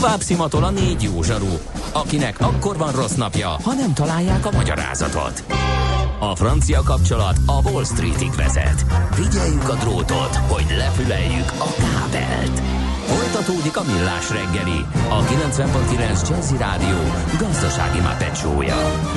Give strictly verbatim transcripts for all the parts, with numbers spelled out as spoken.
Tovább szimatol a négy jó zsaru, akinek akkor van rossz napja, ha nem találják a magyarázatot. A francia kapcsolat a Wall Streetig vezet. Figyeljük a drótot, hogy lefüleljük a kábelt. Folytatódik a Millás reggeli, a kilencven pont kilenc Jazzy Rádió gazdasági Muppet show-ja.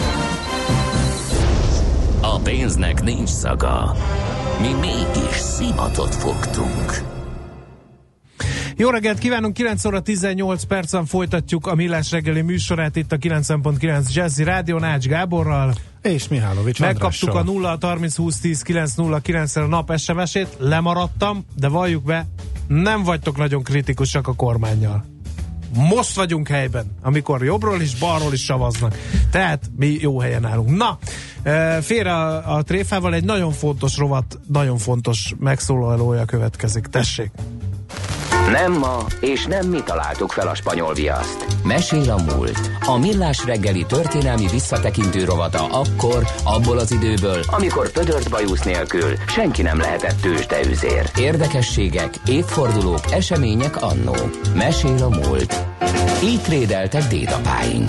A pénznek nincs szaga. Mi mégis szimatot fogtunk. Jó reggelt kívánunk, kilenc óra tizennyolc percen folytatjuk a Millás reggeli műsorát itt a kilencven pont kilenc Jazzy Rádió Ács Gáborral. És Mihálovics Megkaptuk Andrással. a nulla harminc húsz tíz kilenc nulla kilenc a nap es em es-ét, lemaradtam, de valljuk be, nem vagytok nagyon kritikusak a kormánnyal. Most vagyunk helyben, amikor jobbról is, balról is savaznak. Tehát mi jó helyen állunk. Na, félre a, a tréfával egy nagyon fontos rovat, nagyon fontos megszólalója következik. Tessék! Nem ma, és nem mi találtuk fel a spanyol viaszt. Mesél a múlt. A Millás reggeli történelmi visszatekintő rovata akkor, abból az időből, amikor pödört bajusz nélkül senki nem lehetett tőzsdeüzér. Érdekességek, évfordulók, események annó. Mesél a múlt. Így trédeltek dédapáink.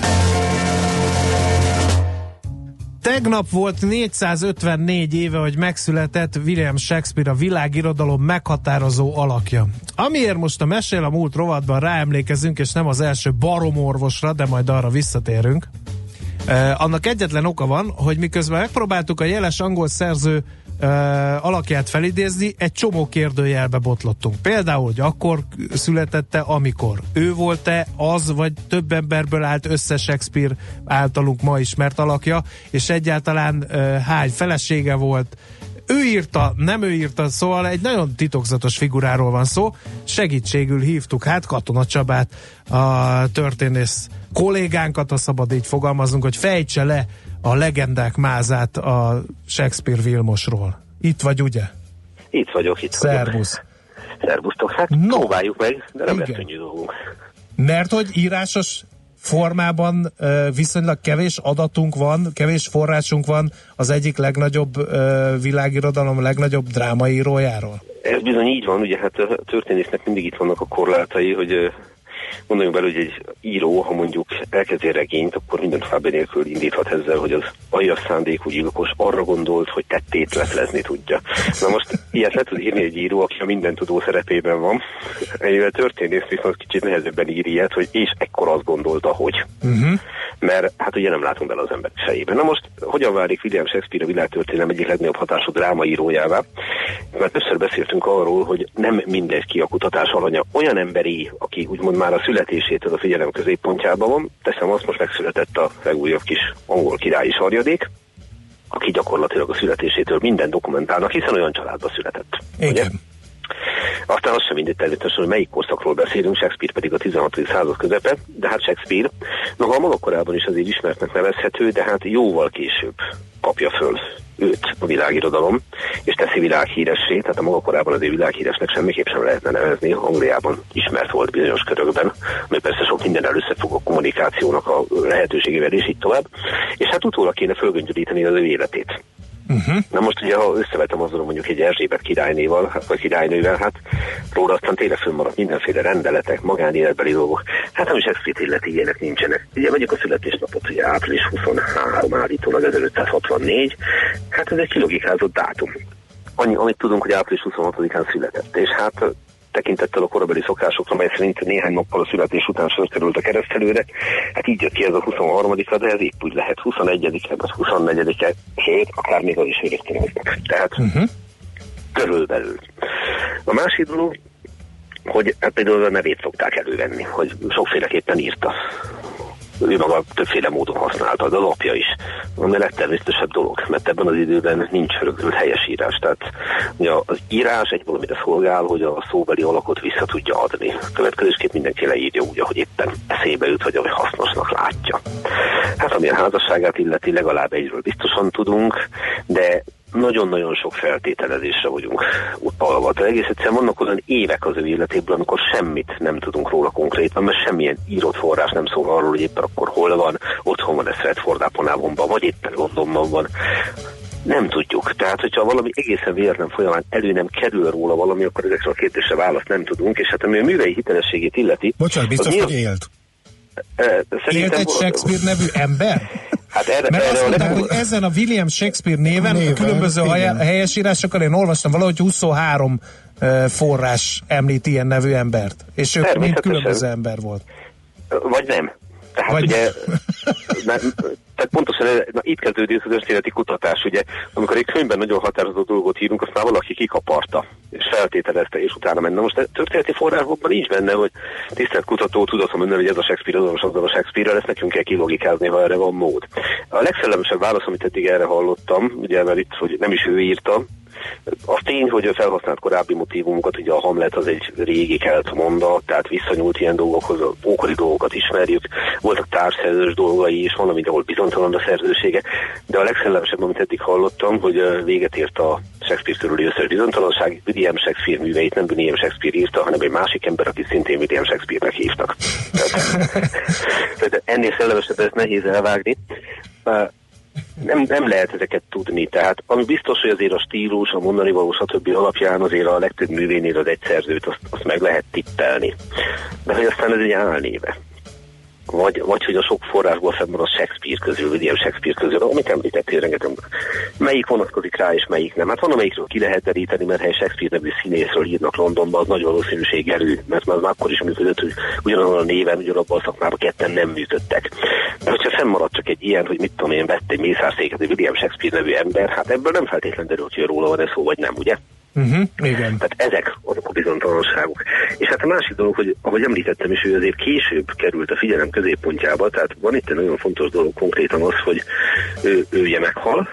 Tegnap volt négyszázötvennégy éve, hogy megszületett William Shakespeare, a világirodalom meghatározó alakja. Amiért most a Mesél a múlt rovatban ráemlékezünk, és nem az első baromorvosra, de majd arra visszatérünk. Eh, annak egyetlen oka van, hogy miközben megpróbáltuk a jeles angol szerző eh, alakját felidézni, egy csomó kérdőjelbe botlottunk. Például, hogy akkor születette, amikor. Ő volt-e az, vagy több emberből állt össze Shakespeare általunk ma ismert alakja, és egyáltalán eh, hány felesége volt, ő írta, nem ő írta, szóval egy nagyon titokzatos figuráról van szó. Segítségül hívtuk hát Katona Csabát, a történész kollégánkat, ha szabad így fogalmazunk, hogy fejtse le a legendák mázát a Shakespeare Vilmosról. Itt vagy, ugye? Itt vagyok, itt Szervusz. vagyok. Szervusztok. Hát No. Próbáljuk meg, de nem Igen. lesz könnyű dolgunk. Mert hogy írásos formában uh, viszonylag kevés adatunk van, kevés forrásunk van az egyik legnagyobb uh, világirodalom, legnagyobb drámaírójáról. Ez bizony így van, ugye hát a történésznek mindig itt vannak a korlátai, hogy gondoljunk bele, hogy egy író, ha mondjuk elkezdi regényt, akkor minden további nélkül indíthat ezzel, hogy az aljas szándékú gyilkos arra gondolt, hogy tettét leplezni tudja. Na most ilyet le tud írni egy író, aki a mindentudó szerepében van. Egyébként történész viszont kicsit nehezebben ír ilyet, hogy és ekkor azt gondolta, hogy. Uh-huh. Mert hát ugye nem látunk bele az ember fejében. Na most hogyan válik William Shakespeare a világtörténelem egyik legnagyobb hatású drámaírójává? Mert többször beszéltünk arról, hogy nem mindenki a kutatás alanya. Olyan emberi, aki úgymond már a születésétől a figyelem középpontjában van, teszem azt, most megszületett a legújabb kis angol királyi sarjadék, aki gyakorlatilag a születésétől minden dokumentálnak, hiszen olyan családba született. Igen. Ugye? Aztán az sem mindegy természetesen, hogy melyik korszakról beszélünk, Shakespeare pedig a tizenhatodik század közepe, de hát Shakespeare, noha a maga korában is azért ismertnek nevezhető, de hát jóval később kapja föl őt a világirodalom, és teszi világhíressé, tehát a maga korában azért világhíresnek semmiképp sem lehetne nevezni, Angliában ismert volt bizonyos körökben, ami persze sok mindennel összefogó kommunikációnak a lehetőségével és így tovább, és hát utólag kéne fölgöngyölíteni az ő életét. Uh-huh. Na most ugye, ha összevetem azzal mondjuk egy Erzsébet királynéval, vagy királynővel, hát róla aztán tényleg fönnmaradt mindenféle rendeletek, magánéletbeli dolgok. Hát nem is Shakespeare illeti ilyenek nincsenek. Ugye vegyük a születésnapot, ugye április huszonhárom állítólag ezerötszázhatvannégy, hát ez egy kilogikázott dátum. Annyi, amit tudunk, hogy április huszonhatodikán született, és hát tekintettel a korabeli szokásokra, mely szerint néhány nappal a születés után sor került a keresztelőre, hát így jött ki ez a huszonharmadika, de ez épp úgy lehet huszonegyedike, vagy huszonnegyedike, sőt, akár még az is örökké hoznak. Tehát uh-huh. körülbelül. A másik dolog, hogy hát például a nevét szokták elővenni, hogy sokféleképpen írta. Ő maga többféle módon használta, az apja is, ami a legtermészetesebb dolog, mert ebben az időben nincs rögzült helyesírás. Tehát ugye az írás egy valamire szolgál, hogy a szóbeli alakot vissza tudja adni. Következésképp mindenki leírja úgy, ahogy éppen eszébe jut, vagy ahogy hasznosnak látja. Hát ami a házasságát illeti, legalább egyről biztosan tudunk, de nagyon-nagyon sok feltételezésre vagyunk utalva. Egész egyszerűen vannak olyan évek az ő életéből, amikor semmit nem tudunk róla konkrétan, mert semmilyen írott forrás nem szól arról, hogy éppen akkor hol van, otthon van-e Stratford-upon-Avonban, vagy éppen Londonban van. Nem tudjuk. Tehát, hogyha valami egészen véletlen folyamán elő nem kerül róla valami, akkor ezekre a kérdésre választ nem tudunk, és hát ami a művei hitelességét illeti... Bocsánat, biztos, hogy élt? Élt egy Shakespeare nevű ember? Hát erre, Mert erre azt mondták, leg... hogy ezen a William Shakespeare néven, néven a különböző igen. helyesírásokkal én olvastam valahogy huszonhárom uh, forrás említ ilyen nevű embert. És ők mind különböző ember volt. Vagy nem. Tehát Vagy ugye, nem, tehát pontosan na, itt kezdődik az történeti kutatás, ugye, amikor egy könyvben nagyon határozott dolgot írunk, azt már valaki kikaparta, és feltételezte, és utána menne. Most a történeti forrásokban nincs benne, hogy tisztelt kutató, tudatom önnek, hogy ez a Shakespeare, azonos azzal a Shakespeare-rel, ezt nekünk kell kilogikázni, ha erre van mód. A legszellemesebb válasz, amit eddig erre hallottam, ugye, mert itt, hogy nem is ő írta, az tény, hogy ő felhasznált korábbi motívumokat, ugye a Hamlet az egy régi kelt mondat, tehát visszanyúlt ilyen dolgokhoz, a ókori dolgokat ismerjük, voltak társszerzős dolgai is, van, ahol bizonytalan a szerzősége, de a legszellemesebb, amit eddig hallottam, hogy véget ért a Shakespeare körüli összes bizonytalanság, William Shakespeare műveit nem William Shakespeare írta, hanem egy másik ember, aki szintén William Shakespeare-nek hívtak. Tehát ennél szellemesebb ezt nehéz elvágni. Nem, nem lehet ezeket tudni, tehát ami biztos, hogy azért a stílus, a mondani való, stb. Alapján azért a legtöbb művénél az egy szerzőt, azt, azt meg lehet tippelni. De hogy aztán ez egy álnéve. Vagy, vagy hogy a sok forrásból fennmarad Shakespeare közül, William Shakespeare közül, amit említettél rengeteg. Melyik vonatkozik rá, és melyik nem? Hát van, amelyikről ki lehet deríteni, mert ha Shakespeare nevű színészről írnak Londonban, az nagy valószínűség erő, mert már akkor is működött, hogy ugyanazon a néven, ugyanabban a szakmában ketten nem működtek. De hogyha fennmarad csak egy ilyen, hogy mit tudom én, vett egy mészárszéket, egy William Shakespeare nevű ember, hát ebből nem feltétlenül derül, hogy róla van ez szó, vagy nem, ugye? Uh-huh, igen. Tehát ezek azok a bizonytalanságok. És hát a másik dolog, hogy ahogy említettem is, ő azért később került a figyelem középpontjába, tehát van itt egy nagyon fontos dolog konkrétan az, hogy ő, ő ugye meghal,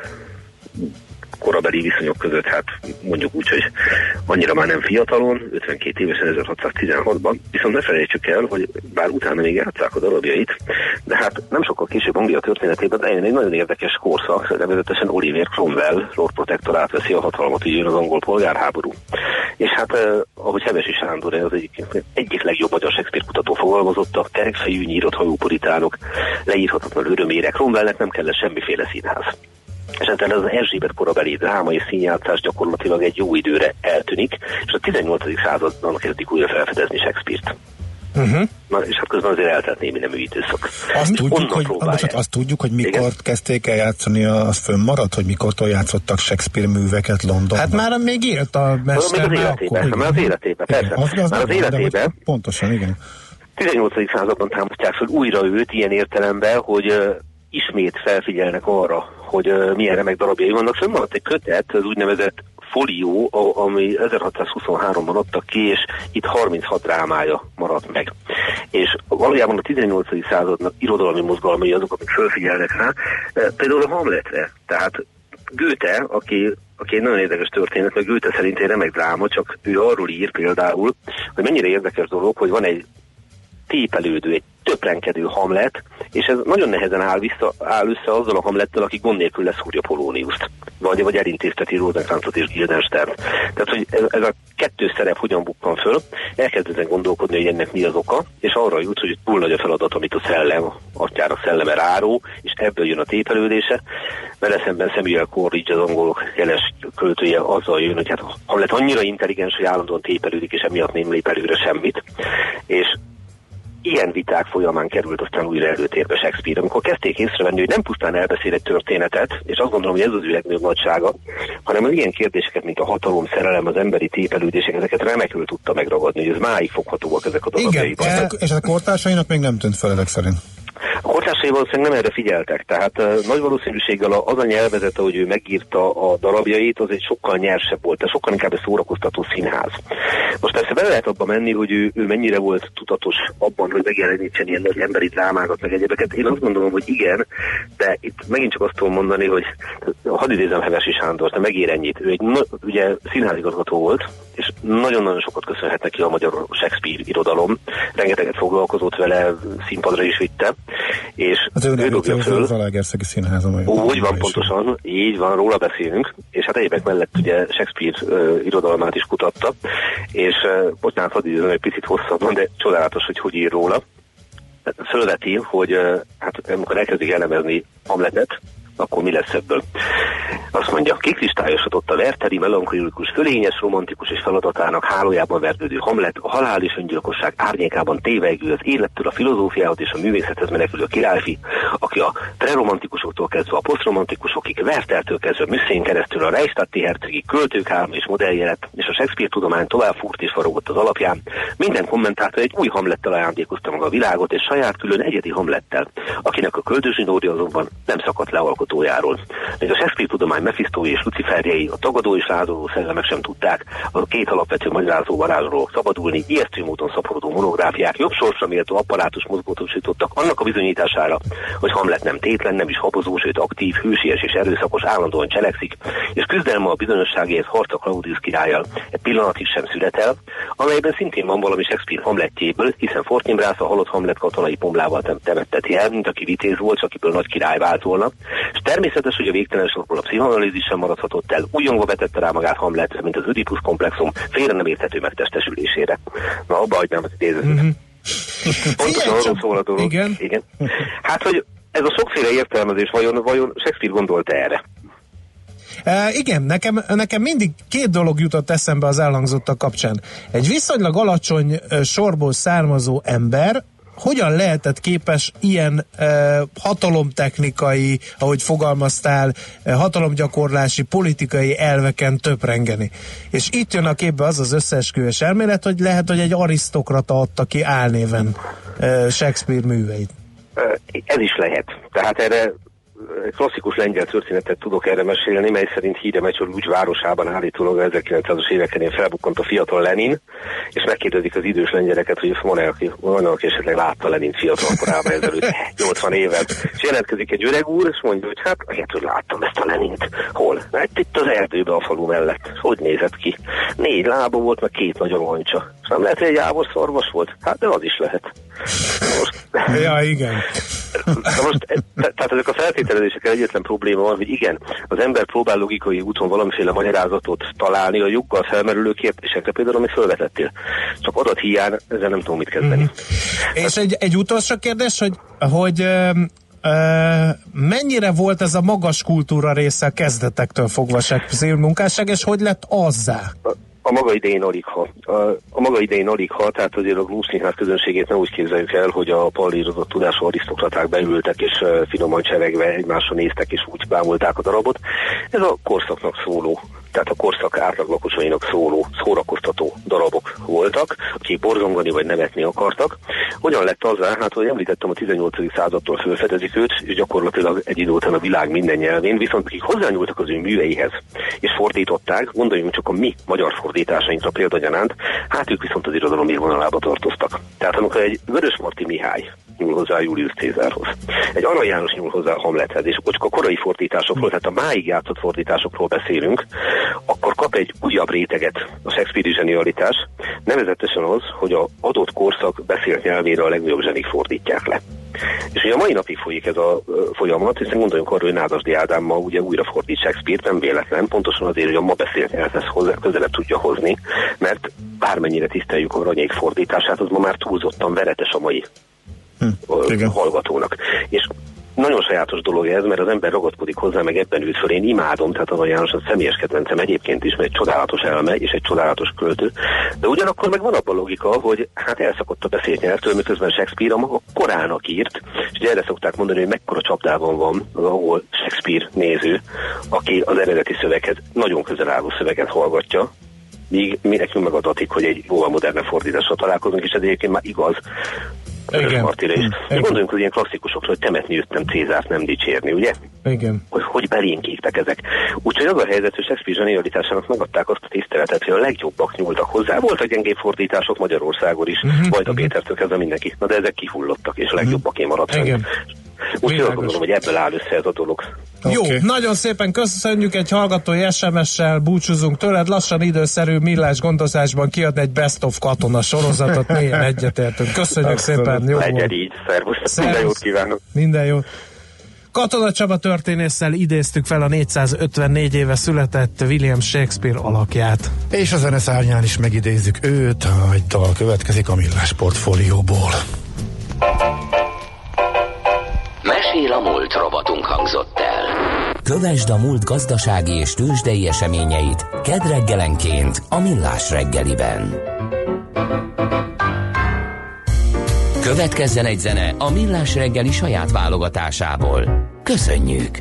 korabeli viszonyok között, hát mondjuk úgy, hogy annyira már nem fiatalon, ötvenkét évesen ezerhatszáztizenhatban, viszont ne felejtsük el, hogy bár utána még játsszák a darabjait, de hát nem sokkal később Anglia történetében eljön egy nagyon érdekes korszak, nevezetesen Oliver Cromwell, Lord Protector átveszi a hatalmat, így jön az angol polgárháború. És hát, eh, ahogy Hevesi Sándor, az egyik, egyik legjobb magyar Shakespeare kutató fogalmazott, a kerekfejű nyírott hajú puritánok leírhatatlan örömére, Cromwellnek nem kellett semmiféle színház. És ezzel az Erzsébet korabeli dráma és színjátszás gyakorlatilag egy jó időre eltűnik, és a tizennyolcadik században kezdik újra felfedezni Shakespeare-t. Uh-huh. Na, és hát közben azért eltelt némi nemű időszak. Azt tudjuk, hogy, bocsánat, azt tudjuk, hogy mikor igen? kezdték el játszani, az fönnmaradt, hogy mikortól játszottak Shakespeare műveket Londonban? Hát már még élt a mester. Még az életében, már az életében, persze. Az, az már az életében. Pontosan, igen. tizennyolcadik században támasztják fel újra őt ilyen értelemben, hogy uh, ismét felfigyelnek arra, hogy uh, milyen remek darabjai vannak. Fönnmaradt egy kötet, az úgynevezett folió, ami ezerhatszázhuszonháromban adtak ki, és itt harminchat drámája maradt meg. És valójában a tizennyolcadik századnak irodalmi mozgalmai azok, amik felfigyelnek rá, például a Hamletre. Tehát Goethe, aki, aki egy nagyon érdekes történet, mert Goethe szerint egy remek dráma, csak ő arról ír például, hogy mennyire érdekes dolog, hogy van egy tépelődő, egy töprenkedő Hamlet, és ez nagyon nehezen áll, vissza, áll össze azzal a Hamlettel, aki gond nélkül leszúrja Polóniuszt, vagy, vagy elintézteti Rosencranzot és Guildenstern. Tehát, hogy ez, ez a kettő szerep hogyan bukkan föl, elkezd ezen gondolkodni, hogy ennek mi az oka, és arra jut, hogy túl nagy a feladat, amit a szellem, atyának szelleme ráró, és ebből jön a tépelődése. Vele szemben Samuel Coleridge, az angolok jeles költője, azzal jön, hogy hát Hamlet annyira intelligens, hogy állandóan tépelődik, és emiatt nem lép előre semmit. És ilyen viták folyamán került aztán újra előtérbe Shakespeare, amikor kezdték észrevenni, hogy nem pusztán elbeszél egy történetet, és azt gondolom, hogy ez az ő legnagyobb nagysága, hanem az ilyen kérdéseket, mint a hatalom, szerelem, az emberi tépelődések, ezeket remekül tudta megragadni, hogy ez máig foghatóak ezek a darabjai. Igen, és a kortársainak még nem tűnt fel ezek szerint. A kortársai valószínűleg nem erre figyeltek, tehát uh, nagy valószínűséggel az a nyelvezet, ahogy ő megírta a darabjait, az egy sokkal nyersebb volt, de sokkal inkább egy szórakoztató színház. Most persze bele lehet abba menni, hogy ő, ő mennyire volt tudatos abban, hogy megjelenítsen ilyen nagy emberi drámákat, meg egyébeket. Én azt gondolom, hogy igen, de itt megint csak azt tudom mondani, hogy hadd idézem Hevesi Sándort, de megér ennyit. Ő egy ugye színházigazgató volt, és nagyon-nagyon sokat köszönhet neki a magyar Shakespeare irodalom. Rengeteget foglalkozott vele, színpadra is vitte. És az ő dobja föl. Zalaegerszegi Színházon. Úgy van, pontosan, így van, róla beszélünk, és hát egyébek mellett ugye Shakespeare uh, irodalmát is kutatta, és uh, bocsánat, hadd idézem egy picit hosszabban, de csodálatos, hogy hogy ír róla. Fölveti, hogy uh, hát amikor elkezdik elemezni Hamletet, akkor mi lesz ebből? Azt mondja, kikristályosodott a verteri, melankolikus, fölényes, romantikus és feladatának hálójában verdődő Hamlet, a halál és öngyilkosság árnyékában tévegő az élettől, a filozófiához és a művészethez menekülő királyfi, aki a preromantikusoktól kezdve a posztromantikusokig, Werthertől kezdve Müsszén keresztül a Reichstadti hercegi költők álma és modelljelet, és a Shakespeare tudomány tovább fúrt és farogott az alapján. Minden kommentátor egy új Hamlettel ajándékozta maga a világot, és saját külön egyedi Hamlettel, akinek a köldözsinória azonban nem szakadt le alkotójáról. Még a Shakespeare tudomány Mephistói és Luciferjei, a tagadó és lázadó szellemek sem tudták a két alapvető magyarázó varázsról szabadulni, ijesztő módon szaporodó monográfiák jobb sorsra méltó apparátus mozgósítottak annak a bizonyítására, hogy Hamlet nem tétlen, nem is habozó, sőt aktív, hősies és erőszakos, állandóan cselekszik, és küzdelme a bizonyosságért harca Claudius királlyal egy pillanatig sem születel, amelyben szintén van valami Shakespeare Hamletjéből, hiszen Fortinbras a halott Hamlet katonai pomlával temetteti el, mint aki vitéz volt, csak akiből nagy király vált volna, és természetes, hogy a végtelen sorból a pszichoanalízis sem maradhatott el, újongva vetette rá magát Hamletre, mint az Ödipus komplexum félre nem érthető megtestesülésére. Na, abba hagynám az idézetet. Mm-hmm. Pontosan arról szól a dolog. Igen. Igen. Hát, hogy ez a sokféle értelmezés vajon, vajon Shakespeare gondolta erre? Uh, igen, nekem, nekem mindig két dolog jutott eszembe az elhangzottak kapcsán. Egy viszonylag alacsony uh, sorból származó ember hogyan lehetett képes ilyen uh, hatalomtechnikai, ahogy fogalmaztál, uh, hatalomgyakorlási, politikai elveken töprengeni. És itt jön a képbe az az összeesküvés elmélet, hogy lehet, hogy egy arisztokrata adta ki álnéven uh, Shakespeare műveit. Uh, ez is lehet. Tehát erre klasszikus lengyel történetet tudok erre mesélni, mely szerint Híde-Meccsor Lúcs városában állítólag ezerkilencszázas éveken felbukkant a fiatal Lenin, és megkérdezik az idős lengyeleket, hogy van, aki esetleg látta Lenint fiatal korában ezelőtt nyolcvan évet. És jelentkezik egy öreg úr, és mondja, hogy hát, hát hogy láttam ezt a Lenint. Hol? Hát itt az erdőben a falu mellett. Hogy nézett ki? Négy lába volt, meg két nagy alancsa. És nem lehet, hogy egy ávor szarvas volt? Hát, de az is lehet. Most... Ja, igen. Most, tehát ezek a feltételezésekkel egyetlen probléma van, hogy igen, az ember próbál logikai úton valamiféle magyarázatot találni a joggal felmerülő kérdésekre, például amit felvetettél. Csak adathiány, ezzel nem tudom mit kezdeni. Mm. És egy, egy utolsó kérdés, hogy, hogy ö, ö, mennyire volt ez a magas kultúra része a kezdetektől fogva Shakespeare munkásság, és hogy lett azzá? A maga idején alig ha. A, a maga idején alig ha, tehát azért a Glúsznyház közönségét ne úgy képzeljük el, hogy a pallírozott tudású arisztokraták beültek és uh, finoman cseregve egymásra néztek és úgy bámulták a darabot. Ez a korszaknak szóló, tehát a korszak átlag lakosainak szóló, szórakoztató darabok voltak, akik borzongani vagy nevetni akartak. Hogyan lett azzá? Hát, hogy említettem, a tizennyolcadik századtól felfedezik őt, és gyakorlatilag egy idő után a világ minden nyelvén, viszont akik hozzányúltak az ő műveihez, és fordították, gondoljunk csak a mi magyar fordításainkra példagyanánt, hát ők viszont az irodalom élvonalába tartoztak. Tehát amikor egy Vörösmarty Mihály nyúl hozzá Julius Cézárhoz, egy Arany János nyúl hozzá Hamlethez, és akkor csak a korai fordításokról, tehát a máig játszott fordításokról beszélünk, akkor kap egy újabb réteget a Shakespeare-i zsenialitás, nevezetesen az, hogy az adott korszak beszélt nyelvére a legnagyobb zsenik fordítják le. És ugye a mai napig folyik ez a folyamat, hiszen gondoljunk arra, hogy Nádasdy Ádám ma ugye újra fordít Shakespeare-t, nem véletlen, pontosan azért, hogy a ma beszélt nyelvhez közelebb tudja hozni, mert bármennyire tiszteljük a Ranyék fordítását, az ma már túlzottan veretes a mai hm, hallgatónak. És nagyon sajátos dolog ez, mert az ember ragaszkodik hozzá, meg ebben ült föl. Én imádom, tehát Arany János a személyes kedvencem egyébként is, mert egy csodálatos elme és egy csodálatos költő. De ugyanakkor meg van abban logika, hogy hát elszakadt a beszélt nyelvtől, miközben Shakespeare a maga korának írt, és ugye erre szokták mondani, hogy mekkora csapdában van az ahol Shakespeare néző, aki az eredeti szöveghez nagyon közel álló szöveget hallgatja, míg mi nekünk megadatik, hogy egy jóval modernebb fordítással találkozunk, és ez egyébként már igaz. Igen. De gondoljunk az ilyen klasszikusokra, hogy temetni jöttem Cézárt, nem dicsérni, ugye? Igen. Hogy, hogy belénk égtek ezek. Úgyhogy az a helyzet, hogy Shakespeare zsenialitásának megadták azt a tiszteletet, hogy a legjobbak nyúltak hozzá. Voltak gyengébb fordítások Magyarországon is, uh-huh, Vajda uh-huh. Pétertől kezdve mindenki. Na de ezek kihullottak, és a legjobbaké maradt. Igen. Úgyhogy azt gondolom, hogy ebből áll össze ez a dolog. Jó, okay. Nagyon szépen köszönjük, egy hallgatói es em es-sel búcsúzunk tőled, lassan időszerű millás gondozásban kiadni egy Best of Katona sorozatot, mélyen egyetértünk. Köszönjük szépen, jó legyen így, szervusz, minden jót kívánok. Minden jót. Katona Csaba történésszel idéztük fel a négyszázötvennégy éve született William Shakespeare alakját. És a zene szárnyán is megidézzük őt, egy dal következik a Millás portfólióból. Mesél a múlt robotunk hangzott el. Kövesd a múlt gazdasági és tőzsdei eseményeit kedd reggelenként a Millás reggeliben. Következzen egy zene a Millás reggeli saját válogatásából. Köszönjük!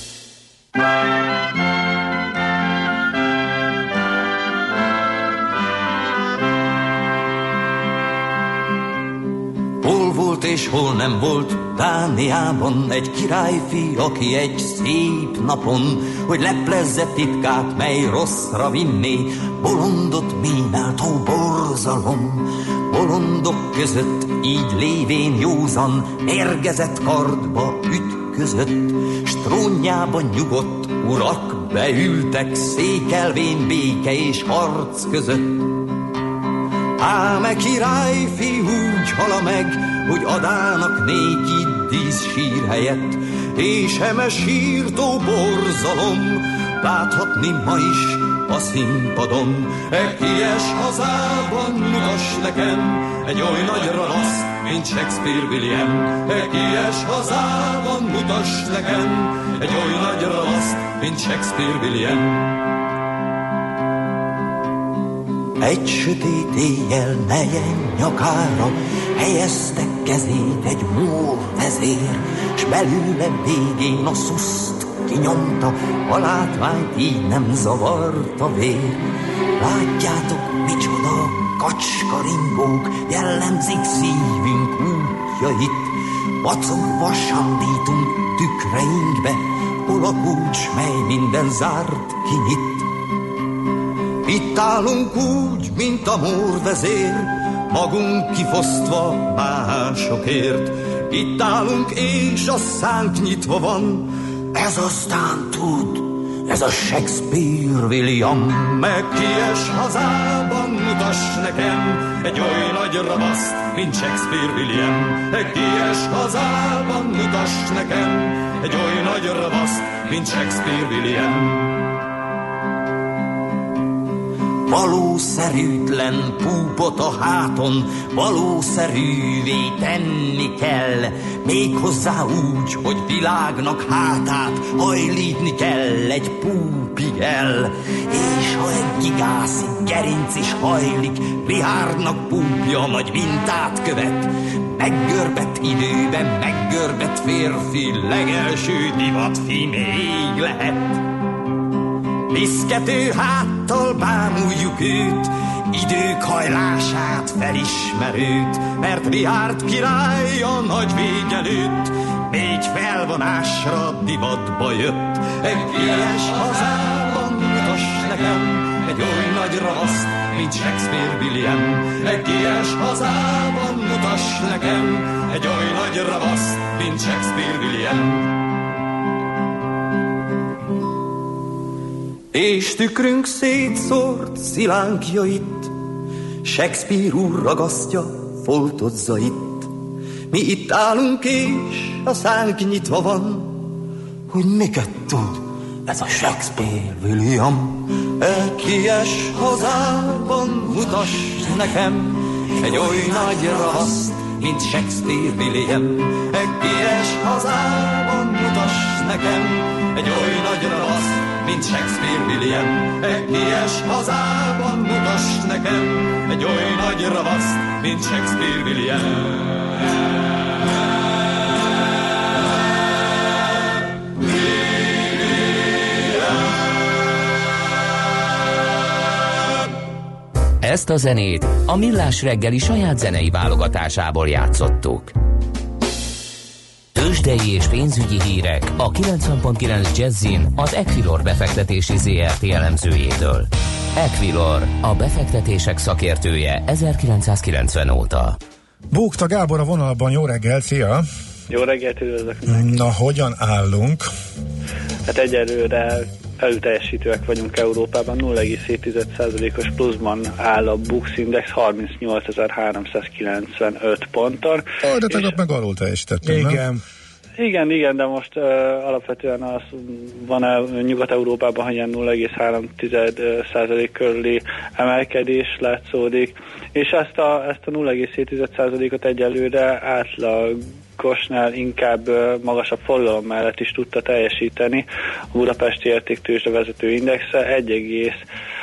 Hol volt és hol nem volt Dániában egy királyfi, aki egy szép napon, hogy leplezze titkát, mely rosszra vinné, bolondot ménáltó borzalom. Bolondok között így lévén józan, mérgezett kardba ütközött, s trónjában nyugodt urak beültek, székelvén béke és harc között. Ám e királyfi úgy hala meg, hogy adának néki díszsír helyett, és eme sírtó borzalom láthatni ma is a színpadon. E kies hazában mutass nekem egy oly nagy ravaszt, mint Shakespeare William. E kies hazában mutass nekem egy oly nagy ravaszt, mint Shakespeare William. Egy sötét éjjel nejen nyakára helyezte kezét egy mór vezér, s belőle végén a szuszt kinyomta, a látványt így nem zavarta vér. Látjátok, micsoda kacskaringók jellemzik szívünk útjait, vacogva sandítunk tükreinkbe, hol a kulcs, mely minden zárt kinyit. Itt állunk úgy, mint a mórvezér, magunk kifosztva másokért. Itt állunk és a szánk nyitva van, ez aztán tud, ez a Shakespeare William. Meg kies hazában mutass nekem egy oly nagy ravaszt, mint Shakespeare William. Meg kies hazában mutass nekem egy oly nagy ravaszt, mint Shakespeare William. Valószerűtlen púpot a háton valószerűvé tenni kell, méghozzá úgy, hogy világnak hátát hajlítni kell egy púpig el. És ha egy gigászi gerinc is hajlik, Richardnak púpja nagy mintát követ, meggörbett időben meggörbett férfi, legelső divatfi még lehet. Piszkető háttal bámuljuk őt, idők hajlását felismerőt, mert Richard király a nagy vég előtt még felvonásra divatba jött. Egy ilyes hazában mutass nekem egy oly nagy ravaszt, mint Shakespeare William. Egy ilyes hazában mutass nekem egy oly nagy ravaszt, mint Shakespeare William. És tükrünk szétszórt szilánkjait, Shakespeare úr ragasztja, foltozza itt. Mi itt állunk és a szánk nyitva van, hogy miket tud ez a Shakespeare William. E kies hazában mutass nekem egy oly nagy ravaszt, mint Shakespeare William. E kies hazában mutass nekem egy oly nagy ravaszt, mint Shakespeare William. Egy ilyes hazában mutass nekem egy oly nagy ravaszt, mint Shakespeare William. Ezt a zenét a Millás reggeli saját zenei válogatásából játszottuk. Tőzsdei és pénzügyi hírek a kilencven pont kilenc Jazzin az Equilor befektetési zé er té elemzőjétől. Equilor, a befektetések szakértője ezerkilencszázkilencven óta. Bókta Gábor a vonalban, jó reggel, szia! Jó reggelt, üdvözlök! Na, hogyan állunk? Hát egyelőre előteljesítőek vagyunk Európában, nulla egész hét százalékos pluszban áll a Bux Index harmincnyolcezer-háromszázkilencvenöt ponton. Ó, de tegnap meg alul teljesítettünk, igen. nem? Igen, igen, de most uh, alapvetően az van a Nyugat-Európában, hogy ilyen nulla egész három százalék körüli emelkedés látszódik, és ezt a, ezt a nulla egész hét százalékot egyelőre átlag százalékosnál inkább magasabb forgalom mellett is tudta teljesíteni. A budapesti értéktőzsde vezető indexe egy egész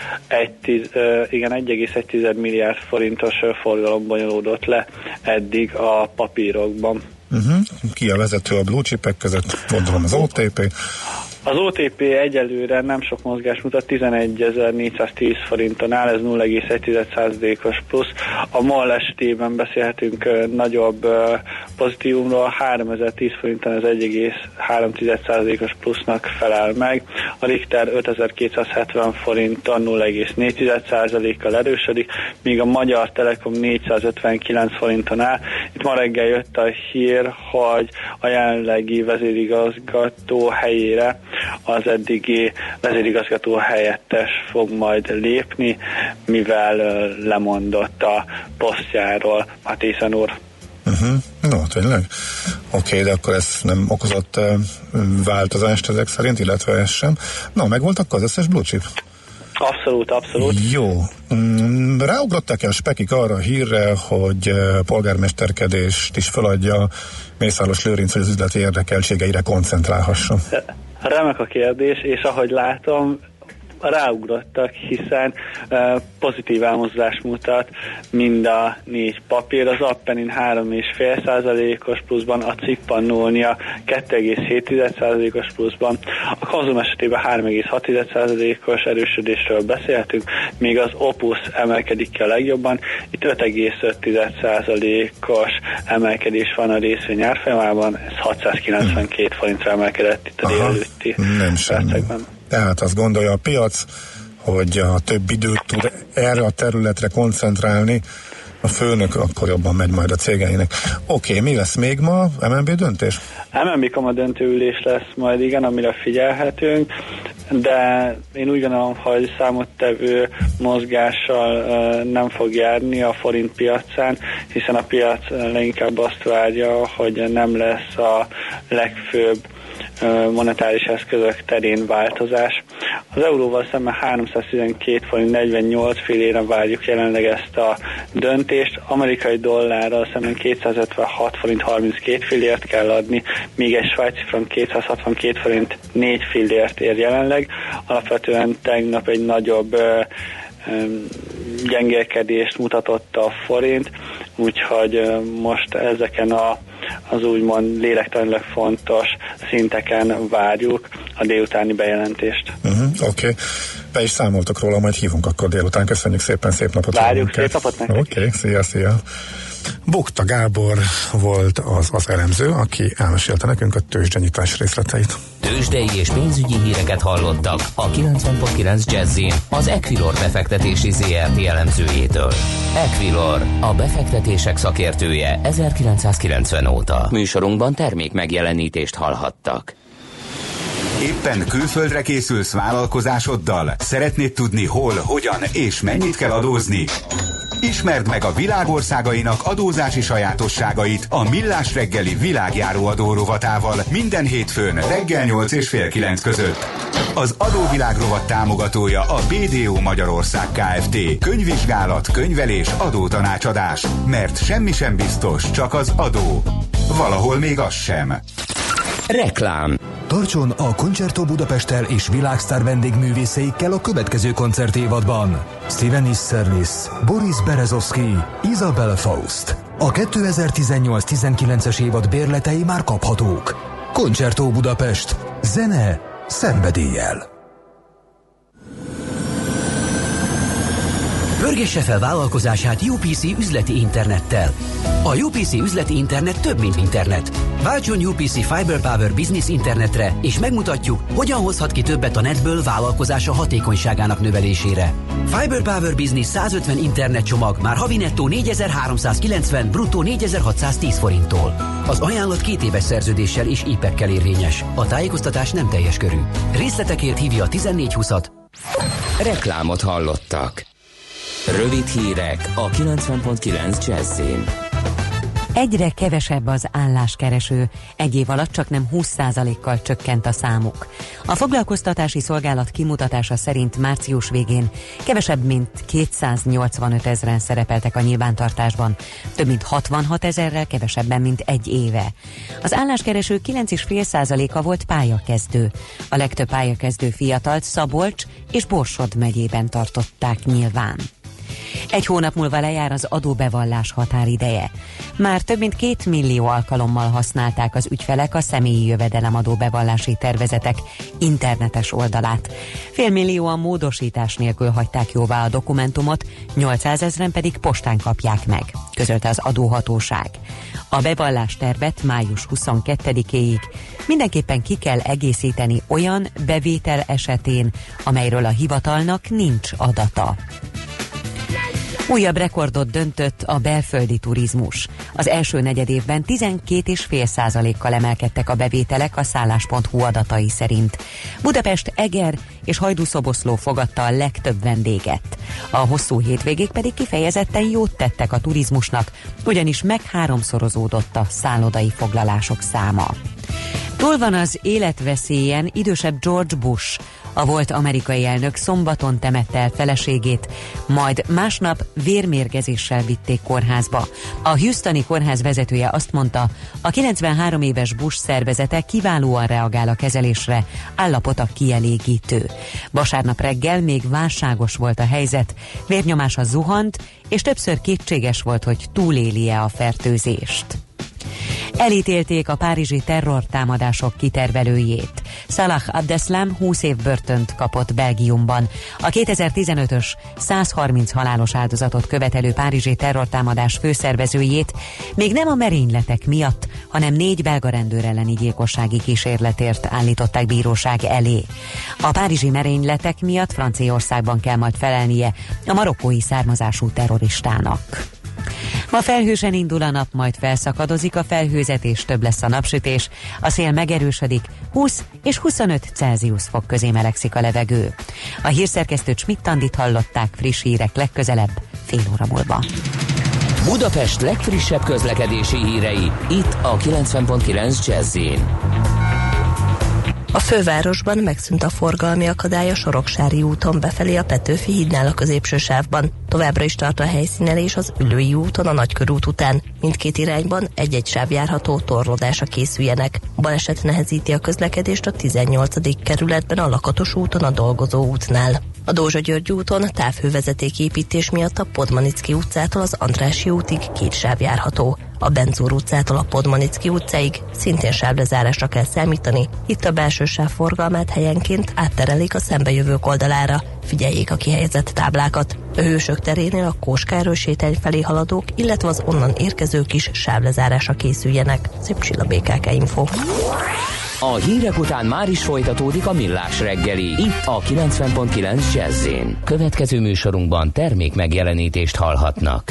egy milliárd forintos forgalom bonyolódott le eddig a papírokban. Uh-huh. Ki a vezető a blue chipek között? Gondolom az o té pé. Az o té pé egyelőre nem sok mozgás mutat, tizenegyezer-négyszáztíz forinton áll, ez nulla egész egy százalékos plusz. A MOL esetében beszélhetünk uh, nagyobb uh, pozitívumról, háromezer-tíz forinton ez egy egész három százalékos plusznak felel meg. A Richter ötezer-kétszázhetven forinton nulla egész négy százalékkal erősödik, míg a Magyar Telekom négyszázötvenkilenc forinton áll. Itt ma reggel jött a hír, hogy a jelenlegi vezérigazgató helyére az eddigi vezérigazgató helyettes fog majd lépni, mivel lemondott a posztjáról Matthijssen úr. Uh-huh. No, tényleg? Oké, okay, de akkor ez nem okozott uh, változást ezek szerint, illetve ez sem. No, meg volt akkor az összes blue chip? Abszolút, abszolút. Jó. Ráugrottak el spekik arra a hírre, hogy polgármesterkedést is feladja Mészáros Lőrinc, hogy az üzleti érdekeltségeire koncentrálhasson. Remek a kérdés, és ahogy látom, ráugrottak, hiszen uh, pozitív elmozdulást mutat mind a négy papír, az Appenin három egész öt százalékos pluszban, a Cippannónia kettő egész hét százalékos pluszban, a Konzum esetében három egész hat százalékos erősödésről beszélhetünk, míg az Opus emelkedik ki a legjobban, itt öt egész öt százalékos emelkedés van a részvény árfolyamában, ez hatszázkilencvenkét forintra emelkedett itt a délelőtti percekben. Tehát azt gondolja a piac, hogy a több időt tud erre a területre koncentrálni, a főnök akkor jobban megy majd a cégeinek. Oké, okay, mi lesz még ma? em en bé döntés? em en bé kama döntőülés lesz majd, igen, amire figyelhetünk, de én úgy gondolom, hogy számottevő mozgással uh, nem fog járni a forint piacán, hiszen a piac leginkább azt várja, hogy nem lesz a legfőbb monetáris eszközök terén változás. Az euróval szemben háromszáztizenkét forint negyvennyolc fillére várjuk jelenleg ezt a döntést. Amerikai dollárral szemben kétszázötvenhat forint harminckét fillért kell adni, míg egy svájci frank kétszázhatvankét forint négy fillért ér jelenleg. Alapvetően tegnap egy nagyobb ö, ö, gyengélkedést mutatott a forint, úgyhogy ö, most ezeken a az úgymond lélektanilag fontos szinteken várjuk a délutáni bejelentést. Uh-huh, Oké. Okay. Be is számoltak róla, majd hívunk akkor délután. Köszönjük szépen, szép napot! Várjuk, szép napot nektek! Oké, okay, szia, szia! Bukta Gábor volt az, az elemző, aki elmesélte nekünk a tőzsdenyítás részleteit. Tőzsdei és pénzügyi híreket hallottak a kilencven pont kilenc Jazzin az Equilor befektetési zé er té elemzőjétől. Equilor, a befektetések szakértője ezerkilencszázkilencven óta. Műsorunkban termék megjelenítést hallhattak. Éppen külföldre készülsz vállalkozásoddal? Szeretnéd tudni hol, hogyan és mennyit kell adózni? Ismerd meg a világországainak adózási sajátosságait a Millás reggeli világjáró adó rovatával minden hétfőn reggel nyolc és fél kilenc között. Az adóvilág rovat támogatója a bé dé o Magyarország Kft. Könyvvizsgálat, könyvelés, adótanácsadás. Mert semmi sem biztos, csak az adó. Valahol még az sem. Reklám. Tartson a Concerto Budapesttel és világsztár vendégművészeikkel a következő koncertévadban. Steven Isserlis, Boris Berezovsky, Isabel Faust. A kétezer-tizennyolc-tizenkilences évad bérletei már kaphatók. Concerto Budapest. Zene szenvedéllyel. Pörgesse fel vállalkozását u pé cé üzleti internettel. A u pé cé üzleti internet több, mint internet. Váltson u pé cé Fiber Power Business internetre, és megmutatjuk, hogyan hozhat ki többet a netből vállalkozása hatékonyságának növelésére. Fiber Power Business százötven internet csomag már havi nettó négyezer-háromszázkilencven, bruttó négyezer-hatszáztíz forinttól. Az ajánlat két éves szerződéssel és í pekkel érvényes. A tájékoztatás nem teljes körű. Részletekért hívja a tizennégy húszat. Reklámot hallottak. Rövid hírek a kilencven pont kilenc Jazzin. Egyre kevesebb az álláskereső, egy év alatt csak nem húsz százalékkal csökkent a számuk. A foglalkoztatási szolgálat kimutatása szerint március végén kevesebb mint kétszáznyolcvanöt ezren szerepeltek a nyilvántartásban, több mint hatvanhat ezerrel kevesebben, mint egy éve. Az álláskereső kilenc egész öt százaléka volt pályakezdő. A legtöbb pályakezdő fiatalt Szabolcs és Borsod megyében tartották nyilván. Egy hónap múlva lejár az adóbevallás határideje. Már több mint két millió alkalommal használták az ügyfelek a személyi jövedelemadó bevallási tervezetek internetes oldalát. Félmillióan módosítás nélkül hagyták jóvá a dokumentumot, nyolcszázezren pedig postán kapják meg, közölte az adóhatóság. A bevallás tervet május huszonkettedikéig mindenképpen ki kell egészíteni olyan bevétel esetén, amelyről a hivatalnak nincs adata. Újabb rekordot döntött a belföldi turizmus. Az első negyedévben tizenkét egész öt százalékkal emelkedtek a bevételek a szállás pont hu adatai szerint. Budapest, Eger és Hajdúszoboszló fogadta a legtöbb vendéget. A hosszú hétvégék pedig kifejezetten jót tettek a turizmusnak, ugyanis megháromszorozódott a szállodai foglalások száma. Túl van az életveszélyen idősebb George Bush. A volt amerikai elnök szombaton temette el feleségét, majd másnap vérmérgezéssel vitték kórházba. A Houstoni kórház vezetője azt mondta, a kilencvenhárom éves Bush szervezete kiválóan reagál a kezelésre, állapota kielégítő. Vasárnap reggel még válságos volt a helyzet, vérnyomása zuhant, és többször kétséges volt, hogy túléli-e a fertőzést. Elítélték a párizsi terrortámadások kitervelőjét. Salah Abdeslam húsz év börtönt kapott Belgiumban. A kétezer-tizenötös százharminc halálos áldozatot követelő párizsi terrortámadás főszervezőjét még nem a merényletek miatt, hanem négy belga rendőr elleni gyilkossági kísérletért állították bíróság elé. A párizsi merényletek miatt Franciaországban kell majd felelnie a marokkói származású terroristának. Ma felhősen indul a nap, majd felszakadozik a felhőzet és több lesz a napsütés. A szél megerősödik, húsz és huszonöt Celsius fok közé melegszik a levegő. A hírszerkesztőt Schmidt-Andit hallották, friss hírek legközelebb, fél óra múlva. Budapest legfrissebb közlekedési hírei, itt a kilencven pont kilenc Jazz-in. A fővárosban megszűnt a forgalmi akadály a Soroksári úton befelé a Petőfi hídnál a középső sávban. Továbbra is tart a helyszínelés az Üllői úton a Nagykörút után. Mindkét irányban egy-egy sáv járható, torlódásra készüljenek. Baleset nehezíti a közlekedést a tizennyolcadik kerületben a Lakatos úton a Dolgozó útnál. A Dózsa-György úton távhővezeték építés miatt a Podmanicki utcától az Andrássy útig két sáv járható. A Benzúr utcától a Podmanicki utcáig szintén sávlezárásra kell számítani. Itt a belső sáv forgalmát helyenként átterelik a szembejövők oldalára. Figyeljék a kihelyezett táblákat. A Hősök terénél a Kóskároly sétány felé haladók, illetve az onnan érkezők is sávlezárásra készüljenek. Szép Csilla, bé ká ká Info. A hírek után már is folytatódik a Millás reggeli, itt a kilencven pont kilenc Jazz-in. Következő műsorunkban termék megjelenítést hallhatnak.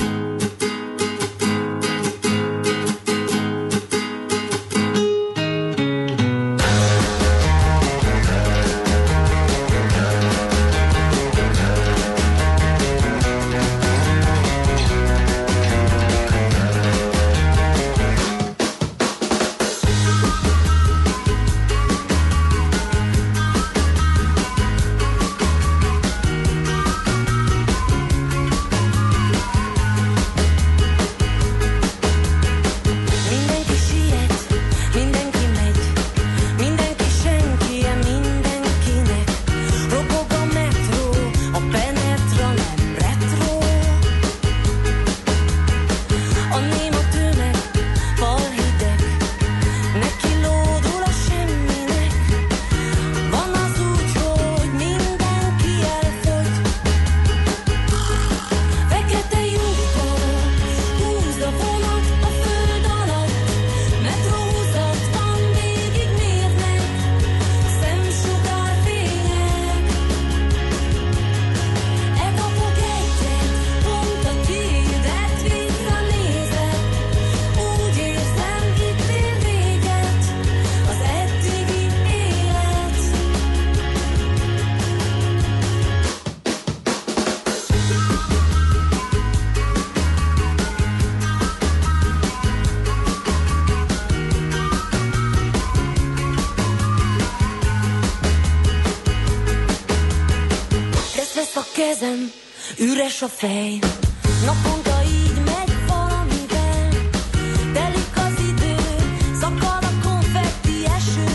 üres a fej, naponta így megy valamivel, telik az idő, szakad a konfetti eső,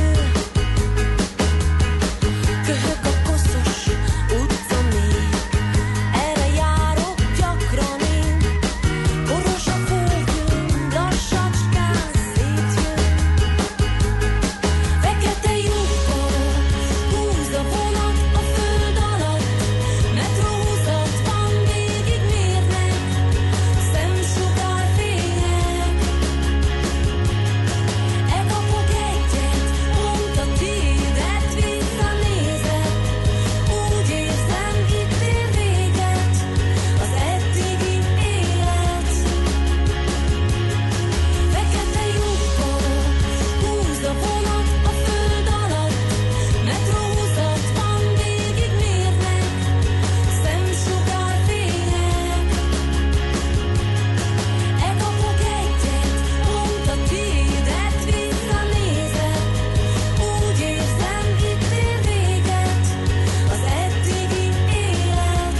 köhög a koszos utca mély, erre járok gyakran én, boros a földön, lassacskán szétjön, fekete lyukkal húz a vonat a föld alatt, metrózat van végig mérnek, szemsugárfények. Elkapok egyet, pont a tiédet visszanézek, úgy érzem, itt ér véget az eddigi élet. Fekete lyukkal húz a vonat a föld alatt, metrózat van végig mérnek, szemsugárfények. Elkapok egyet, pont a tiédet visszanézek, úgy érzem, itt ér véget az eddigi élet.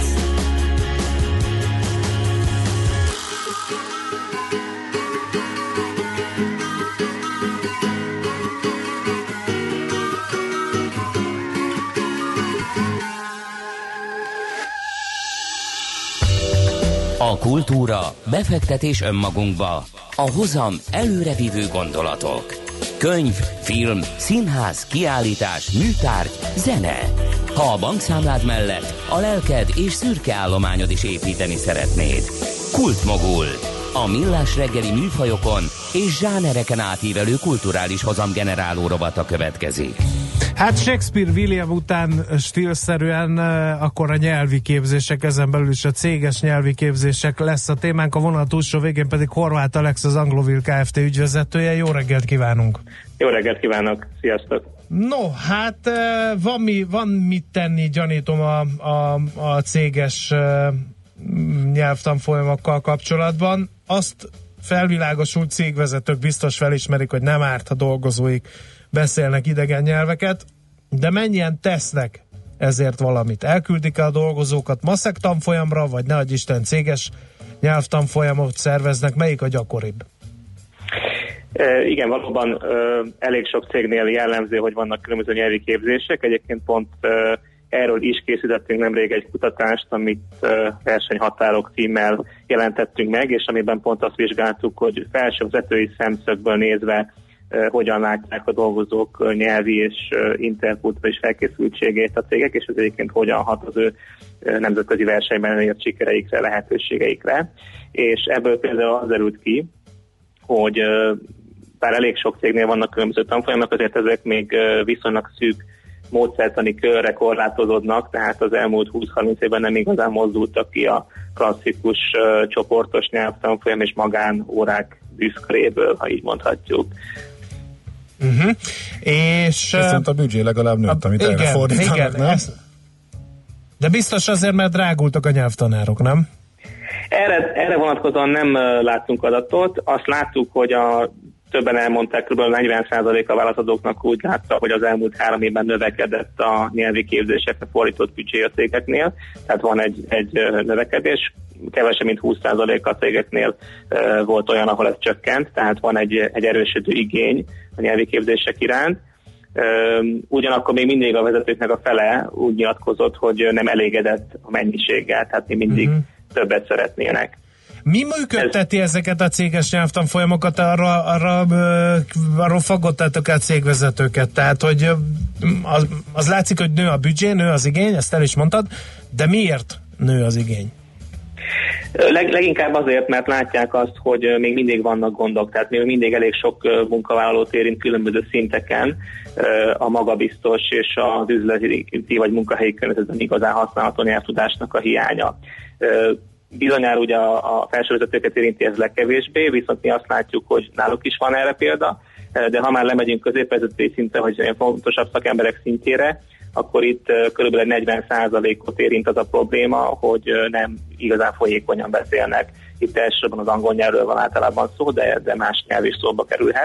A kultúra, befektetés önmagunkba, a hozam előrevívő gondolatok. Könyv, film, színház, kiállítás, műtárgy, zene. Ha a bankszámlád mellett a lelked és szürke állományod is építeni szeretnéd. Kultmogul. A millás reggeli műfajokon és zsánereken átívelő kulturális hozamgeneráló rovata következik. Hát Shakespeare William után stílszerűen akkor a nyelvi képzések, ezen belül is a céges nyelvi képzések lesz a témánk, a vonal túlsó végén pedig Horváth Alex, az Anglovil Kft. Ügyvezetője. Jó reggelt kívánunk! Jó reggelt kívánok! Sziasztok! No, hát van, mi, van mit tenni, gyanítom a, a, a céges nyelvtanfolyamokkal kapcsolatban. Azt felvilágosult cégvezetők biztos felismerik, hogy nem árt, ha dolgozóik beszélnek idegen nyelveket, de mennyien tesznek ezért valamit? Elküldik-e a dolgozókat maszek tanfolyamra, vagy ne adj Isten céges nyelvtanfolyamot szerveznek? Melyik a gyakoribb? E, igen, valóban e, elég sok cégnél jellemző, hogy vannak különböző nyelvi képzések. Egyébként pont e, erről is készítettünk nemrég egy kutatást, amit e, versenyhatárok címmel jelentettünk meg, és amiben pont azt vizsgáltuk, hogy felsővezetői szemszögből nézve hogyan látják a dolgozók nyelvi és interkulturális felkészültségét a cégek, és ez egyébként hogyan hat az ő nemzetközi versenyben ért sikereikre, lehetőségeikre. És ebből például az derült ki, hogy bár elég sok cégnél vannak különböző tanfolyamok, azért ezek még viszonylag szűk módszertani körre korlátozódnak, tehát az elmúlt húsz-harminc évben nem igazán mozdultak ki a klasszikus csoportos nyelvtanfolyam és magánórák büszköréből, ha így mondhatjuk. Uh-huh. És viszont a büdzsé legalább nőtt, amit igen, erre fordítanak, igen, nem? Ez, de biztos azért, mert drágultak a nyelvtanárok, nem? Erre, erre vonatkozóan nem láttunk adatot. Azt láttuk, hogy a többen elmondták, kb. negyven százalék a válaszadóknak úgy látta, hogy az elmúlt három évben növekedett a nyelvi képzésekre fordított büdzsé a cégeknél, tehát van egy, egy növekedés, kevesebb mint húsz százalék a cégeknél uh, volt olyan, ahol ez csökkent, tehát van egy, egy erősödő igény a nyelvi képzések iránt. Uh, ugyanakkor még mindig a vezetőknek a fele úgy nyilatkozott, hogy nem elégedett a mennyiséggel, tehát még mindig uh-huh. többet szeretnének. Mi működteti Ez... ezeket a céges nyelvtanfolyamokat, arra, arra, arra fagottátok el cégvezetőket? Tehát, hogy az, az látszik, hogy nő a büdzsé, nő az igény, ezt el is mondtad, de miért nő az igény? Leg, leginkább azért, mert látják azt, hogy még mindig vannak gondok, tehát még mindig elég sok munkavállalót érint különböző szinteken a magabiztos és az üzleti vagy munkahelyi környezetben igazán használható nyelvtudásnak a hiánya. Bizonyára ugye a, a felsővezetőket érinti ez legkevésbé, viszont mi azt látjuk, hogy náluk is van erre példa, de ha már lemegyünk középvezetői szintre, hogy olyan fontosabb szakemberek szintjére, akkor itt körülbelül negyven százalékot érint az a probléma, hogy nem igazán folyékonyan beszélnek. Itt elsősorban az angol nyelvről van általában szó, de, de más nyelv is szóba kerülhet.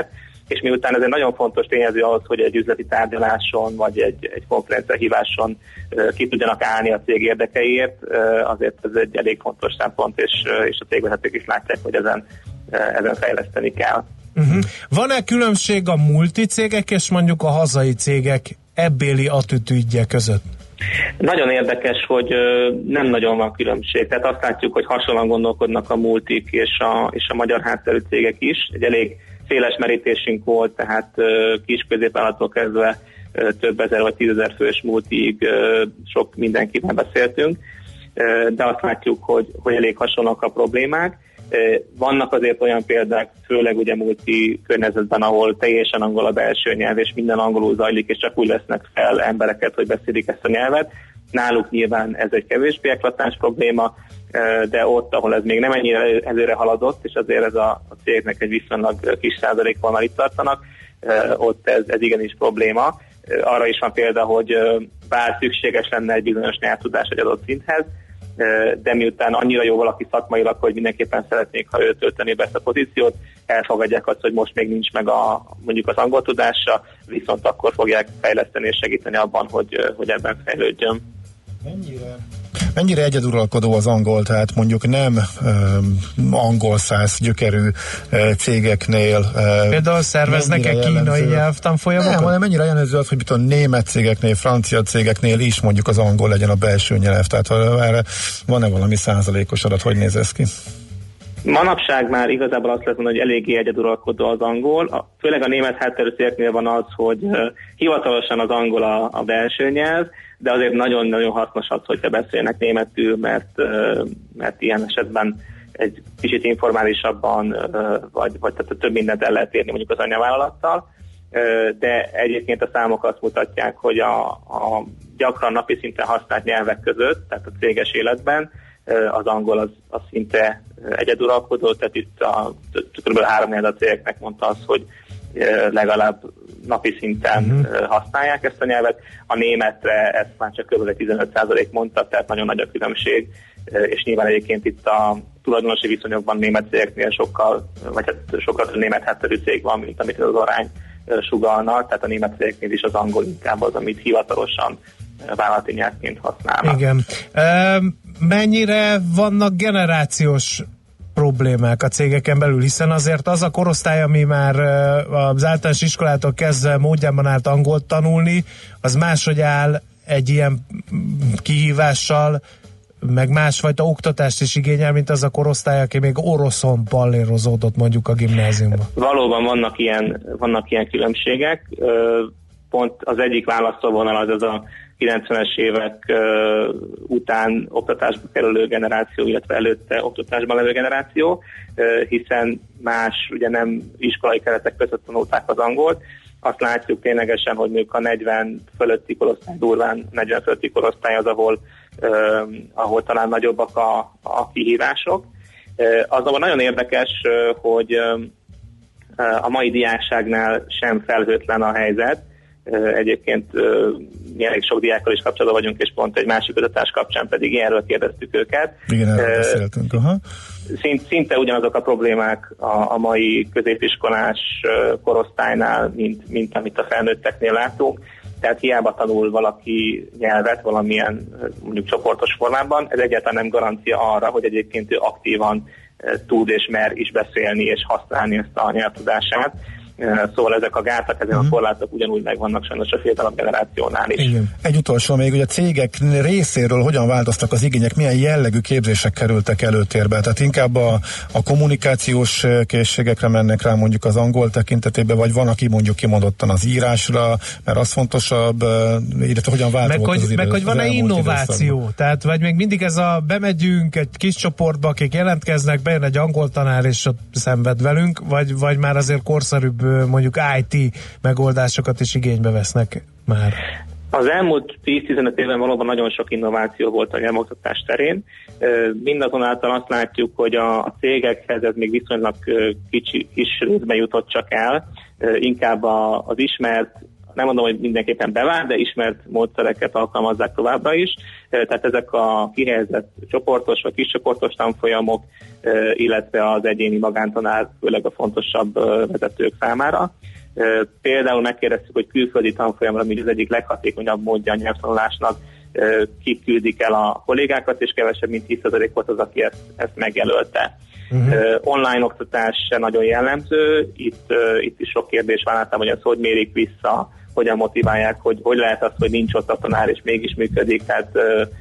és miután ez egy nagyon fontos tényező ahhoz, hogy egy üzleti tárgyaláson vagy egy, egy konferencia híváson ki tudjanak állni a cég érdekeiért, azért ez egy elég fontos szempont, és, és a cégvezetők is látják, hogy ezen, ezen fejleszteni kell. Uh-huh. Van-e különbség a multicégek és mondjuk a hazai cégek ebbéli attitűdje között? Nagyon érdekes, hogy ö, nem nagyon van különbség. Tehát azt látjuk, hogy hasonlóan gondolkodnak a multik és a, és a magyar hátterű cégek is. Egy elég széles merítésünk volt, tehát ö, kis középvállalattól kezdve ö, több ezer vagy tízezer fős multig ö, sok mindenkivel beszéltünk, ö, de azt látjuk, hogy, hogy elég hasonlóak a problémák. Vannak azért olyan példák, főleg ugye multi környezetben, ahol teljesen angol a belső nyelv, és minden angolul zajlik, és csak úgy lesznek fel embereket, hogy beszélik ezt a nyelvet. Náluk nyilván ez egy kevésbé eklatáns probléma, de ott, ahol ez még nem ennyire előre haladott, és azért ez a, a cégnek egy viszonylag kis százalékban itt tartanak, ott ez, ez igenis probléma. Arra is van példa, hogy bár szükséges lenne egy bizonyos nyelvtudás egy adott szinthez, de miután annyira jó valaki szakmailag, hogy mindenképpen szeretnék, ha ő tölteni be ezt a pozíciót, elfogadják azt, hogy most még nincs meg a, mondjuk az angol tudása, viszont akkor fogják fejleszteni és segíteni abban, hogy, hogy ebben fejlődjön. Mennyire? Mennyire egyeduralkodó az angol, tehát mondjuk nem um, angol száz gyökerű uh, cégeknél. Uh, Például szerveznek-e kínai nyelvtanfolyamokat? Nem, hanem mennyire jellemző az, hogy a német cégeknél, francia cégeknél is mondjuk az angol legyen a belső nyelv. Tehát erre van-e valami százalékos adat, hogy néz ez ki? Manapság már igazából azt lehet mondani, hogy eléggé egyeduralkodó az angol. A, főleg a német hátterű cégeknél van az, hogy uh, hivatalosan az angol a, a belső nyelv, de azért nagyon-nagyon hasznos az, hogyha beszélnek németül, mert, mert ilyen esetben egy kicsit informálisabban, vagy, vagy tehát több mindent el lehet érni mondjuk az anyavállalattal, de egyébként a számok azt mutatják, hogy a, a gyakran napi szinten használt nyelvek között, tehát a céges életben az angol az, az szinte egyeduralkodó, tehát itt a, kb. három a cégeknek mondta azt, hogy legalább napi szinten uh-huh. használják ezt a nyelvet. A németre ezt már csak kb. tizenöt százalék mondta, tehát nagyon nagy a különbség, és nyilván egyébként itt a tulajdonosi viszonyokban német cégeknél sokkal, vagy hát sokkal több német hátterű cég van, mint amit az arány sugalna, tehát a német cégeknél is az angol inkább az, amit hivatalosan vállalati nyelvként használnak. Igen. E, mennyire vannak generációs problémák a cégeken belül, hiszen azért az a korosztály, ami már az általános iskolától kezdve módjában állt angolt tanulni, az máshogy áll egy ilyen kihívással, meg másfajta oktatást is igényel, mint az a korosztály, aki még oroszon pallérozódott mondjuk a gimnáziumban. Valóban vannak ilyen, vannak ilyen különbségek. Pont az egyik választóvonal az az a kilencvenes évek uh, után oktatásba kerülő generáció, illetve előtte oktatásban levő generáció, uh, hiszen más, ugye nem iskolai keretek között tanulták az angolt. Azt látjuk ténylegesen, hogy mondjuk a negyven fölötti korosztály, durván negyven fölötti korosztály az, ahol, uh, ahol talán nagyobbak a, a kihívások. Uh, azonban nagyon érdekes, uh, hogy uh, a mai diákságnál sem felhőtlen a helyzet. Egyébként mi elég sok diákkal is kapcsolatban vagyunk, és pont egy másik kutatás kapcsán pedig ilyenről kérdeztük őket. Igen, erről beszéltünk. Aha. Szint, szinte ugyanazok a problémák a, a mai középiskolás korosztálynál, mint, mint amit a felnőtteknél látunk. Tehát hiába tanul valaki nyelvet valamilyen mondjuk csoportos formában, ez egyáltalán nem garancia arra, hogy egyébként ő aktívan tud és mer is beszélni és használni ezt a nyelvtudását. Szóval ezek a gátak, ezek uh-huh. a korlátok ugyanúgy megvannak sajnos a fiatalabb generációnál is. Igen. Egy utolsó még, hogy a cégek részéről hogyan változtak az igények, milyen jellegű képzések kerültek előtérbe, tehát inkább a, a kommunikációs készségekre mennek rá mondjuk az angol tekintetében, vagy van, aki mondjuk kimondottan az írásra, mert az fontosabb, illetve hogyan változott meg, az hogy, idő, meg hogy van-e innováció, időszakban. Tehát vagy még mindig ez a bemegyünk egy kis csoportba, akik jelentkeznek, bejön egy angol tanár és ott szenved velünk, vagy, vagy már azért korszerűbb mondjuk i té megoldásokat is igénybe vesznek már? Az elmúlt tíz-tizenöt évben valóban nagyon sok innováció volt a nyelvoktatás terén. Mindazonáltal azt látjuk, hogy a cégekhez ez még viszonylag kicsi, kis részben jutott csak el. Inkább az ismert, nem mondom, hogy mindenképpen bevált, de ismert módszereket alkalmazzák továbbra is. Tehát ezek a kihelyezett csoportos vagy kiscsoportos tanfolyamok, illetve az egyéni magántanár, főleg a fontosabb vezetők számára. Például megkérdeztük, hogy külföldi tanfolyamra mi az egyik leghatékonyabb módja a nyelvtanulásnak, kik küldik el a kollégákat, és kevesebb, mint tíz százalék volt az, aki ezt, ezt megjelölte. Uh-huh. Online oktatás se nagyon jellemző, itt, itt is sok kérdés van, láttam, hogy ezt hogy mérik vissza, hogyan motiválják, hogy hogy lehet az, hogy nincs ott a tanár, és mégis működik, tehát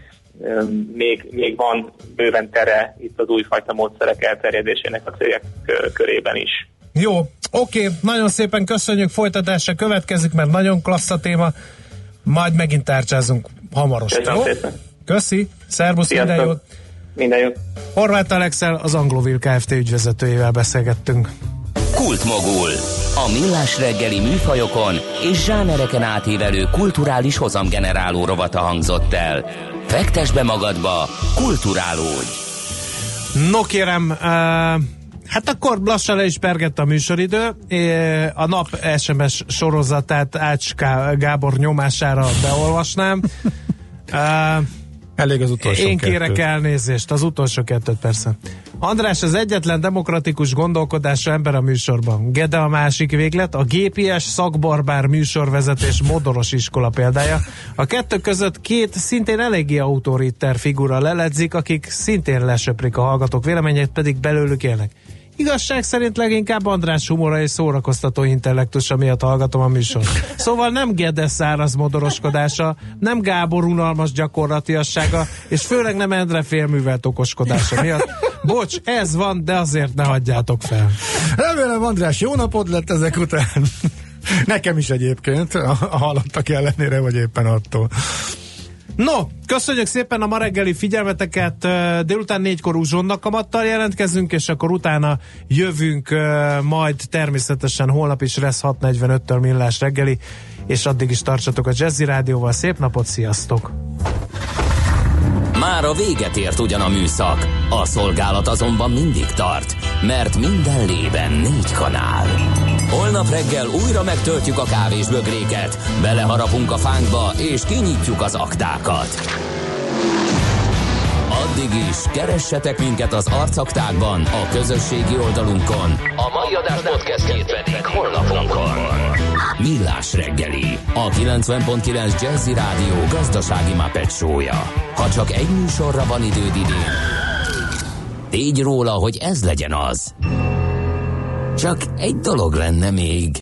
még, még van bőven tere itt az újfajta módszerek elterjedésének a cégek körében is. Jó, oké, nagyon szépen köszönjük, folytatásra következik, mert nagyon klassz a téma, majd megint tárcsázunk hamarosan. Köszönöm szépen. Köszi, szervusz, Sziasztok. minden jót. Minden jót. Horváth Alexel, az Anglovil Kft. Ügyvezetőjével beszélgettünk. Kultmogul. A millás reggeli műfajokon és zsánereken átívelő kulturális hozamgeneráló rovata hangzott el. Fektesd be magadba, kulturálódj! No kérem, uh, hát akkor lassan le is pergett a műsoridő. A nap es em es sorozatát Ács Gábor nyomására beolvasnám. Uh, Elég az utolsó Én kettő. kérek elnézést, az utolsó kettőt persze. András, az egyetlen demokratikus gondolkodású ember a műsorban. Gede a másik véglet, a gé pé es szakbarbár műsorvezetés modoros iskola példája. A kettő között két szintén eléggé autoriter figura leledzik, akik szintén lesöprik a hallgatók véleményét, pedig belőlük élnek. Igazság szerint leginkább András humora és szórakoztató intellektusa miatt hallgatom a műsort. Szóval nem Gede száraz modoroskodása, nem Gábor unalmas gyakorlatiassága, és főleg nem Endre félművelt okoskodása miatt. Bocs, ez van, de azért ne hagyjátok fel. Remélem, András, jó napod lett ezek után. Nekem is egyébként, a hallottak ellenére, vagy éppen attól. No, köszönjük szépen a ma reggeli figyelmeteket, délután négykor uzsonnak kamattal jelentkezünk, és akkor utána jövünk, majd természetesen holnap is lesz hat negyvenöttől millás reggeli, és addig is tartsatok a Jazzy Rádióval, szép napot, sziasztok! Már a véget ért ugyan a műszak, a szolgálat azonban mindig tart, mert minden lében négy kanál. Holnap reggel újra megtöltjük a kávésbögréket, beleharapunk a fánkba és kinyitjuk az aktákat. Addig is keressetek minket az arcaktákban, a közösségi oldalunkon. A mai adás podcastjét pedig holnapunkon. Millás reggeli, a kilencven pont kilenc Jazzy Rádió gazdasági Muppet show-ja. Ha csak egy műsorra van időd idén, tégy róla, hogy ez legyen az. Csak egy dolog lenne még.